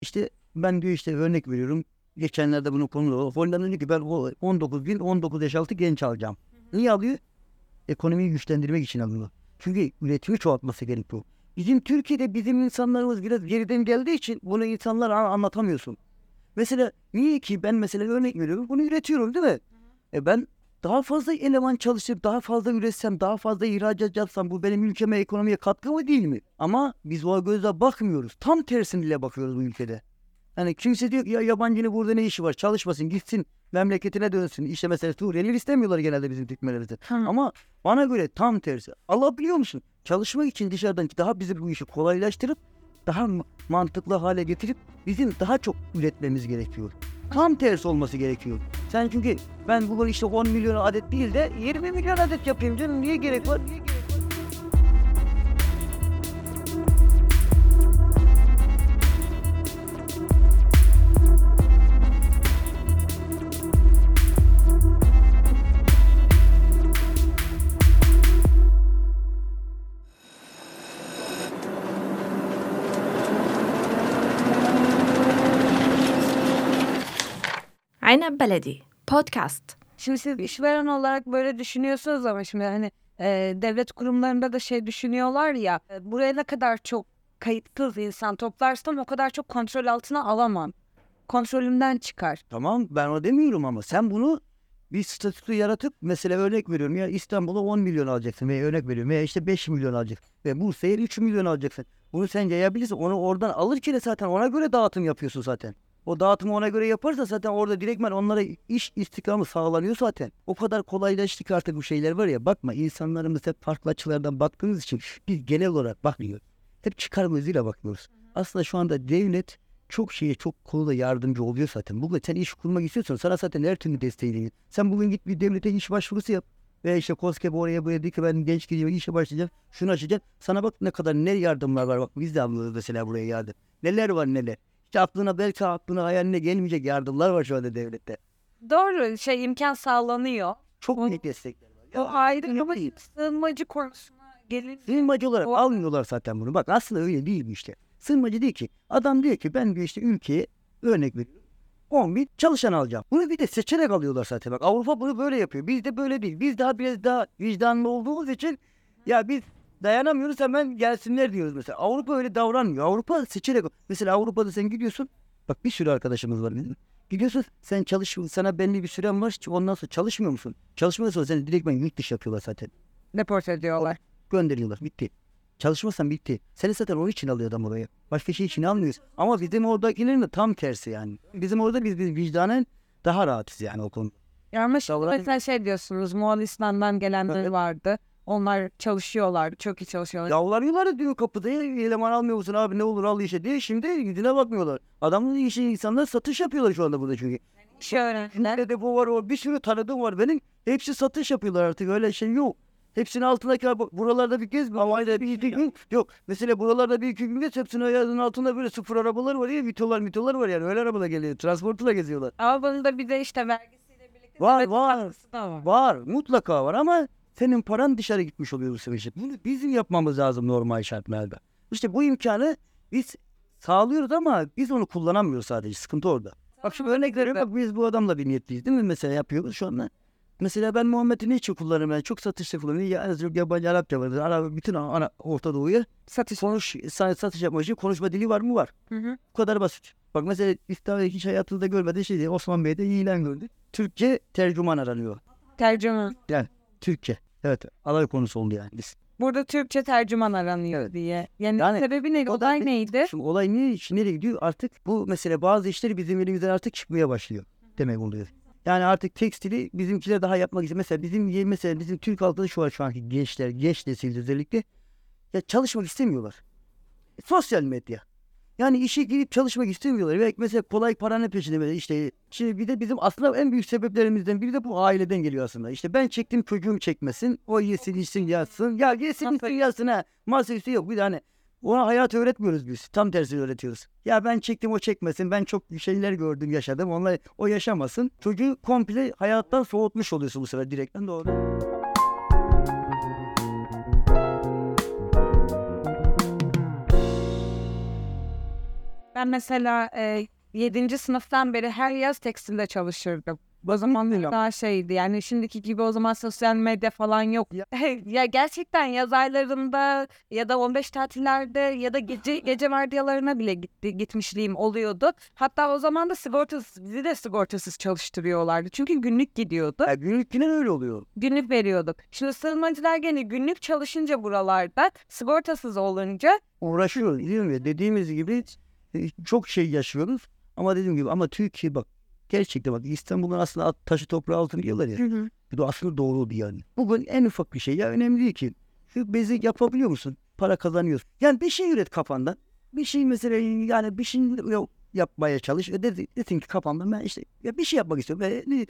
İşte ben diyor işte örnek veriyorum. Geçenlerde bunun konusu. Hollanda diyor ki ben 19 yaş altı genç alacağım. Niye alıyor? Ekonomiyi güçlendirmek için alıyor. Çünkü üretimi çoğaltması gerekiyor. Bizim Türkiye'de bizim insanlarımız biraz geriden geldiği için bunu insanlara anlatamıyorsun. Mesela niye ki ben mesela örnek veriyorum bunu üretiyorum değil mi? Ben daha fazla eleman çalışıp daha fazla üretsem daha fazla ihracat yapsam bu benim ülkeme ekonomiye katkı mı değil mi? Ama biz o gözle bakmıyoruz. Tam tersine bakıyoruz bu ülkede. Hani kimse diyor ki ya yabancının burada ne işi var çalışmasın gitsin memleketine dönsün. İşte mesela Suriyeliler istemiyorlar genelde bizim Türkmenlerimizde. Ama bana göre tam tersi. Alabiliyor musun? Çalışmak için dışarıdan daha bizi bu işi kolaylaştırıp daha mantıklı hale getirip bizim daha çok üretmemiz gerekiyor. Tam tersi olması gerekiyor. Sen çünkü ben bugün işte 10 milyon adet değil de 20 milyon adet yapayım canım. Niye gerek var? Aynab Beledi Podcast. Şimdi siz işveren olarak böyle düşünüyorsunuz ama şimdi hani devlet kurumlarında da şey düşünüyorlar ya buraya ne kadar çok kayıtsız insan toplarsam o kadar çok kontrol altına alamam. Kontrolümden çıkar. Tamam ben o demiyorum ama sen bunu bir statü yaratıp mesela örnek veriyorum ya İstanbul'a 10 milyon alacaksın veya örnek veriyorum veya işte 5 milyon alacaksın ve Bursa'ya 3 milyon alacaksın. Bunu sen yayabilirsin onu oradan alırken de zaten ona göre dağıtım yapıyorsun zaten. O dağıtımı ona göre yaparsa zaten orada direktmen onlara iş istihdamı sağlanıyor zaten. O kadar kolaylaştı ki artık bu şeyler var ya bakma insanlarımız hep farklı açılardan baktığımız için biz genel olarak bakmıyoruz. Hep çıkar gözüyle bakıyoruz. Aslında şu anda devlet çok konuda yardımcı oluyor zaten. Bugün sen iş kurmak istiyorsan sana zaten her türlü desteği veriyor. Sen bugün git bir devlete iş başvurusu yap. Veya işte KOSGEB oraya buraya de ki ben genç gidiyorum işe başlayacağım. Şunu açacağım. Sana bak ne kadar ne yardımlar var. Bak biz de alıyoruz mesela buraya yardım. Neler var neler. İşte aklına hayaline gelmeyecek yardımlar var şu anda devlette. Doğru imkan sağlanıyor. Çok büyük destekler var. O ayrı ama sığınmacı konusuna gelince. Sığınmacı olarak almıyorlar zaten bunu. Bak aslında öyle değil bu işte. Sığınmacı değil ki. Adam diyor ki ben diyor işte ülkeye örnek veriyorum. 10 bin çalışan alacağım. Bunu bir de seçerek alıyorlar zaten. Bak Avrupa bunu böyle yapıyor. Bizde böyle değil. Biz biraz daha vicdanlı olduğumuz için ya biz dayanamıyoruz hemen gelsinler diyoruz mesela. Avrupa öyle davranmıyor. Avrupa seçerek. Mesela Avrupa'da sen gidiyorsun. Bak bir sürü arkadaşımız var bizim. Gidiyorsun sen sana belli bir süren var. Ondan sonra çalışmıyor musun? Çalışmıyorsan sonra seni direktmen yurt dışı yapıyorlar zaten. Deport ediyorlar. Gönderiyorlar. Bitti. Çalışmazsan bitti. Seni zaten onun için alıyor adam oraya. Başka şey için almıyoruz. Ama bizim oradakilerin de tam tersi yani. Bizim orada biz vicdanen daha rahatız yani o konuda. Ama şimdi mesela diyorsunuz Moğolistan'dan gelenler vardı. Onlar çalışıyorlar. Çok iyi çalışıyorlar. Yalvarıyorlar diyor kapıda eleman almıyor musun abi ne olur al işe diye. Şimdi yüzüne bakmıyorlar. Adamın işi insanlar satış yapıyorlar şu anda burada çünkü. İş öğrendiler. De bu var o bir sürü tanıdığım var benim. Hepsi satış yapıyorlar artık öyle şey yok. Hepsinin altındaki buralarda bir gez havayla bir iki gün yok. Mesela buralarda bir iki gün gez hepsinin ayağının altında böyle sıfır arabalar var ya mitolar var yani öyle arabada geliyor. Transportla geziyorlar. Ama bunun da bir de işte vergisiyle birlikte var mutlaka var ama senin paran dışarı gitmiş oluyor bu sefer. Bunu bizim yapmamız lazım normal şartlarda. İşte bu imkanı biz sağlıyoruz ama biz onu kullanamıyoruz sadece sıkıntı orada. Bak şimdi örnek veriyorum bak biz bu adamla bir niyetliyiz değil mi mesela yapıyoruz şu anda. Mesela ben Muhammed'i ne için kullanırım? Yani çok satışta kullanıyorum. Ya çok yabancı Arapça var. Bütün Orta Doğu'ya satış yapmak için konuşma dili var mı? Var. Hı. Bu kadar basit. Bak mesela İstanbul'da hiç hayatınızda görmediği şey değil. Osman Bey'de ilan gördü. Türkçe tercüman aranıyor. Tercüman. Yani Türkçe. Evet. Alay konusu oldu yani biz. Burada Türkçe tercüman aranıyor diye. Yani sebebi ne? Olay neydi? Şimdi olay nereye gidiyor? Artık bu mesela bazı işleri bizim elimizden artık çıkmaya başlıyor. Demek oluyor. Yani artık tekstili bizimkiler daha yapmak istiyor. Mesela bizim Türk halkında şu anki gençler, genç nesil özellikle ya çalışmak istemiyorlar. Sosyal medya. Yani işe girip çalışmak istemiyorlar. Ve mesela kolay paranın peşinde böyle işte. Şimdi bir de bizim aslında en büyük sebeplerimizden biri de bu aileden geliyor aslında. İşte ben çektim çocuğum çekmesin. O yesin içsin yatsın. Ya yesin içsin yatsın ha. Masaüstü yok. Bir de hani ona hayat öğretmiyoruz biz. Tam tersini öğretiyoruz. Ya ben çektim o çekmesin. Ben çok şeyler gördüm yaşadım. Onlar o yaşamasın. Çocuğu komple hayattan soğutmuş oluyorsun bu sefer direkten doğru. Ben mesela 7. sınıftan beri her yaz tekstilde çalışırdım. O zaman daha şeydi yani şimdiki gibi o zaman sosyal medya falan yok. Ya gerçekten yaz aylarında ya da 15 tatillerde ya da gece vardiyalarına bile gitmişliğim oluyordu. Hatta o zaman da bizi de sigortasız çalıştırıyorlardı. Çünkü günlük gidiyordu. Ya günlük yine öyle oluyor. Günlük veriyorduk. Şimdi sığınmacılar gene günlük çalışınca buralarda sigortasız olunca Uğraşıyoruz. Değil mi? Dediğimiz gibi çok şey yaşıyoruz. Ama dediğim gibi ama Türkiye bak gerçekten bak İstanbul'un aslında taşı toprağı altını diyorlar ya. Bu da aslında doğru yani. Bugün en ufak bir şey ya önemli değil ki. Şu bezi yapabiliyor musun? Para kazanıyorsun. Yani bir şey üret kafandan. Bir şey mesela yani bir şey yapmaya çalış. Desin ki kafamda ben işte ya bir şey yapmak istiyorum.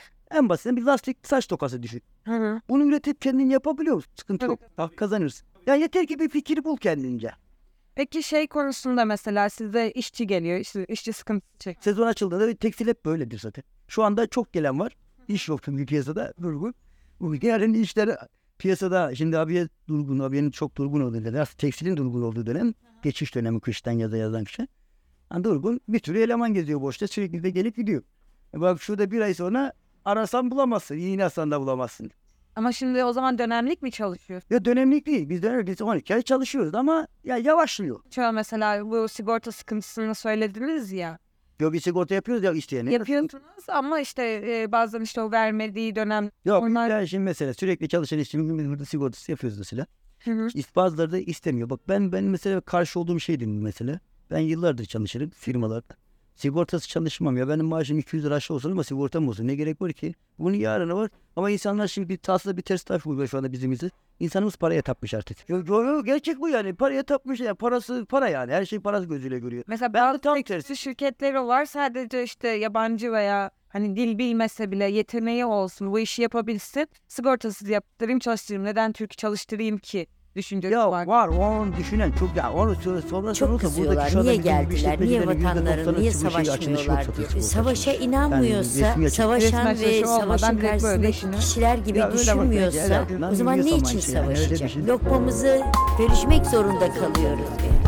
En basitinden bir lastik saç tokası düşün. Bunu üretip kendin yapabiliyor musun? Sıkıntı yok. Kazanırsın. Ya yeter ki bir fikir bul kendince. Peki şey konusunda mesela size işçi geliyor, işte işçi sıkıntısı çek. Sezon açıldığında bir tekstil hep böyledir zaten. Şu anda çok gelen var. İş yok çünkü piyasada durgun. Bu yarın işler piyasada şimdi abiyenin çok durgun olduğu dönem. Tekstilin durgun olduğu dönem. Geçiş dönemi kıştan yazdan kışa. Yani durgun bir sürü eleman geziyor boşta sürekli de gelip gidiyor. Bak şurada bir ay sonra arasan bulamazsın. İğne atsan da bulamazsın. Ama şimdi o zaman dönemlik mi çalışıyor? Ya dönemlik değil. Biz dönemlik 12 ay çalışıyoruz ama ya yavaşlıyor. Şöyle mesela bu sigorta sıkıntısını söylediniz ya. Yok bir sigorta yapıyoruz ya isteyene. Yapıyorsunuz ama işte bazen işte o vermediği dönem. Yok Onlar- yani şimdi mesela sürekli çalışan işçinin burada sigortası yapıyoruz mesela. Hı hı. Bazıları da istemiyor. Bak ben mesela karşı olduğum şeydi mesela. Ben yıllardır çalışırım firmalarda. Sigortası çalışmam ya. Benim maaşım 200 lira aşağı olsun ama sigortam olsun. Ne gerek var ki? Bunun yarını var. Ama insanlar şimdi aslında bir ters taraf uyguluyor şu anda bizimizi. İnsanımız paraya tapmış artık. Yok gerçek bu yani. Paraya tapmış yani. Parası para yani. Her şey parası gözüyle görüyor. Mesela Ben de bazı tam tekstil tersi. şirketleri var sadece işte yabancı veya hani dil bilmese bile yeteneği olsun bu işi yapabilsin. Sigortasız yaptırayım çalıştırayım. Neden Türk çalıştırayım ki düşüncesi Ya var. var onu düşünen çok ya onu sonra Çok kızıyorlar. Niye geldiler? Niye vatanları? Niye savaşmıyorlar diye. Savaşa inanmıyorsa, Resmi savaşan ve açılışı olmadan savaşın direkt böyle karşısındaki düşünüyor. kişiler gibi Ya öyle bak, düşünmüyorsa ya, o zaman biliyorsan niçin manşe yani, öyle bir savaşacak? şey. Lokmamızı bölüşmek zorunda kalıyoruz.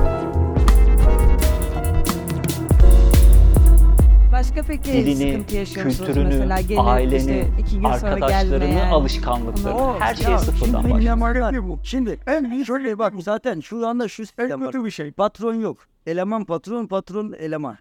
Başka peki dilini, sıkıntı yaşıyor musunuz? kültürünü, Mesela gelip aileni, işte 2 gün sonra arkadaşlarını, gelmeyen. alışkanlıklarını, her şey sıfırdan başlıyor. Şimdi en büyük şöyle bak zaten şu anda şu sistem var. Bir şey. Patron yok. Eleman patron, patron eleman.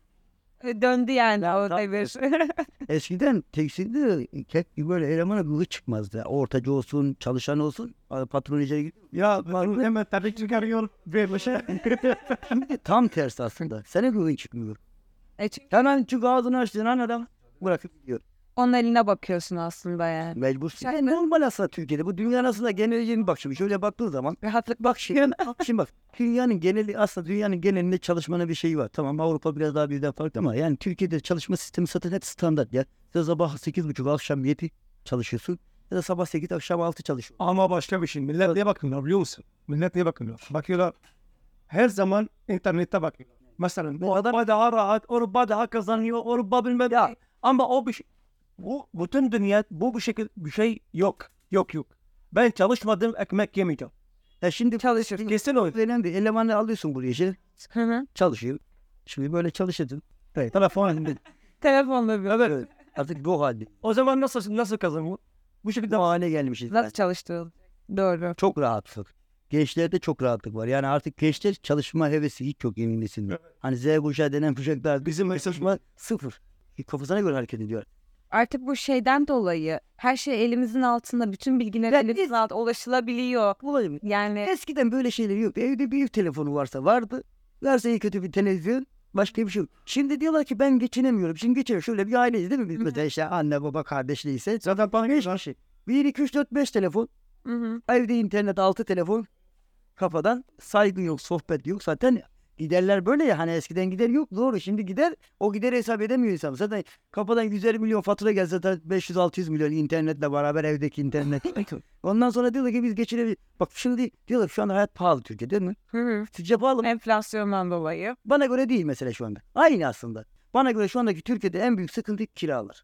Döndü yani Ya, o tabii. devir. Eskiden tekstilde böyle elemana gığı çıkmazdı. Ortacı olsun, çalışan olsun, patron içeri gidiyor. Ya hemen tabii çıkarıyor ve şey. Şimdi tam tersi aslında. Senin gığın çıkmıyor. Çünkü Hemen çık ağzını açtığın an adam bırakıp gidiyor. onun eline bakıyorsun aslında yani. Mecbursun. Yani normal aslında Türkiye'de. Bu dünyanın aslında geneline bak şimdi. Şöyle baktığın zaman. Rahatlık Bak şimdi bak. Dünyanın geneli aslında dünyanın genelinde çalışmanın bir şeyi var. Tamam Avrupa biraz daha bizden farklı ama yani Türkiye'de çalışma sistemi zaten hep standart ya. Ya sabah 8.30 akşam 7 çalışıyorsun. Ya da sabah 8 akşam 6 çalışıyorsun. Ama başka bir şey. Millet neye bakıyorlar biliyor musun? Millet neye bakıyorlar? Bakıyorlar. Her zaman internette bakıyorlar. Mesela Avrupa daha rahat, Avrupa daha kazanıyor, Avrupa bilmem ya. Ama o bir şey. Bu bütün dünya bu bir şekilde bir şey yok. Yok. Ben çalışmadım ekmek yemeyeceğim. Ya şimdi Çalışır. Kesin o. önemli. Elemanı alıyorsun buraya işte. Hı hı. Çalışıyor. Şimdi böyle çalışırdın. Evet. Telefon. Telefonla bir. Evet. Artık bu halde. O zaman nasıl kazanıyor? Bu şekilde Bu hale gelmişiz. Nasıl çalıştırıldı? Doğru. Çok rahatlık. Gençlerde çok rahatlık var. Yani artık gençler çalışma hevesi hiç yok emin misin? Hani Z kuşağı denen kuşaklar bizim çalışma sıfır. Kafasına göre hareket ediyor. Artık bu şeyden dolayı her şey elimizin altında. Bütün bilgiler Ya elimizin altında ulaşılabiliyor. Olabilir mi? Yani Eskiden böyle şeyler yok. Evde bir ev telefonu varsa vardı. Varsa iyi kötü bir televizyon. Başka bir şey yok. Şimdi diyorlar ki ben geçinemiyorum. Şimdi geçiniyorum. Şöyle bir aileyiz değil mi? Biz mesela işte anne baba kardeş neyse. zaten bana 5 kişi. 1, 2, 3, 4, 5 telefon. hı hı. Evde internet 6 telefon. Kafadan saygı yok, sohbet yok. Zaten giderler böyle ya hani eskiden gider yok. Doğru şimdi gider. O gideri hesap edemiyor insan. Zaten kafadan 150 milyon fatura gelse zaten 500-600 milyon internetle beraber evdeki internet. Ondan sonra diyorlar ki biz geçinebiliriz. Bak şimdi diyorlar şu anda hayat pahalı Türkiye değil mi? Hı hı. Sizce pahalı mı? Enflasyondan dolayı. Bana göre değil mesela şu anda. Aynı aslında. Bana göre şu andaki Türkiye'de en büyük sıkıntı kiralar.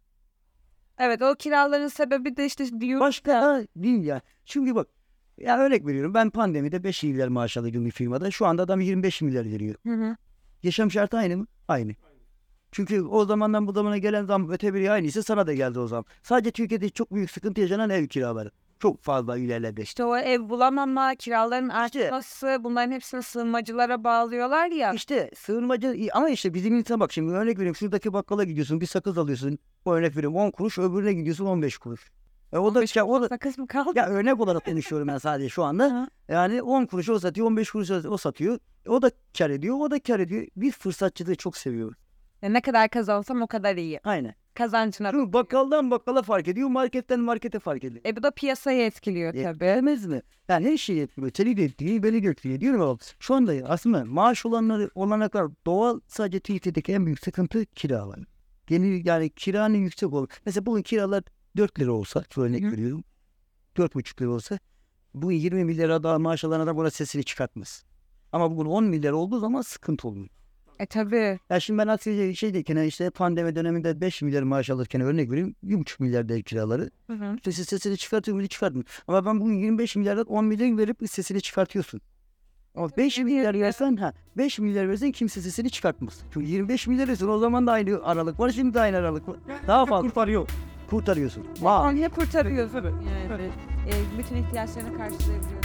Evet o kiraların sebebi de işte diyor. Başka değil ya. Çünkü bak ya örnek veriyorum ben pandemide 5 milyar maaş alıyordum bir firmada. Şu anda adam 25 milyar veriyor. Hı hı. Yaşam şartı aynı mı? Aynı. Çünkü o zamandan bu zamana gelen zam öteberi aynıysa sana da geldi o zam. Sadece Türkiye'de çok büyük sıkıntı yaşanan ev kiraları. Çok fazla ilerledi. İşte o ev bulamama, kiraların artması, bunların hepsini sığınmacılara bağlıyorlar ya. İşte sığınmacı ama işte bizim insan bak şimdi örnek vereyim. Şuradaki bakkala gidiyorsun bir sakız alıyorsun. O örnek vereyim 10 kuruş öbürüne gidiyorsun 15 kuruş. O da Sakız mı kaldı? ya örnek olarak konuşuyorum ben sadece şu anda. Yani 10 kuruş o satıyor 15 kuruş o satıyor. O da kar ediyor o da kar ediyor. Biz fırsatçılığı çok seviyoruz. Ne kadar kazansam o kadar iyi. Aynen. Kazancına. Çünkü bakkaldan bakkala fark ediyor marketten markete fark ediyor. Bu da piyasayı etkiliyor tabii. Beğenmez mi? Yani her şeyi etkiliyor. Seni de etkiliyor, beni de etkiliyor. Diyorum ya şu anda aslında maaş olanaklar doğal sadece Türkiye'deki en büyük sıkıntı kiralar. Yani kiranın yüksek olur. Mesela bugün kiralar 4 lira olsa, örnek veriyorum. 4,5 lira olsa bu 20 milyara daha maaş alan adam buna sesini çıkartmaz. Ama bugün 10 milyar olduğu zaman sıkıntı oluyor. Tabii. Ya şimdi ben aslında şeydeyken işte pandemi döneminde 5 milyar maaş alırken örnek vereyim 1,5 milyar ev kiraları. İşte sesini çıkartıyor mu çıkartmıyor. Ama ben bugün 25 milyardan 10 milyar verip sesini çıkartıyorsun. Ama 5 milyar versen 5 milyar versen kimse sesini çıkartmaz. Çünkü 25 milyar versen o zaman da aynı aralık var şimdi de aynı aralık var. Daha fazla kurtarıyorsun. Hep kurtarıyorsun. Yani, bütün ihtiyaçlarını karşılayabiliyorsun.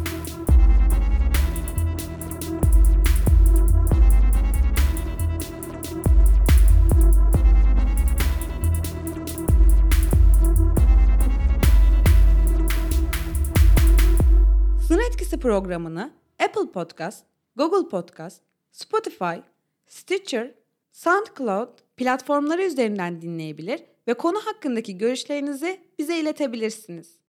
Sınır Etkisi programını Apple Podcast, Google Podcast, Spotify, Stitcher, SoundCloud platformları üzerinden dinleyebilir ve konu hakkındaki görüşlerinizi bize iletebilirsiniz.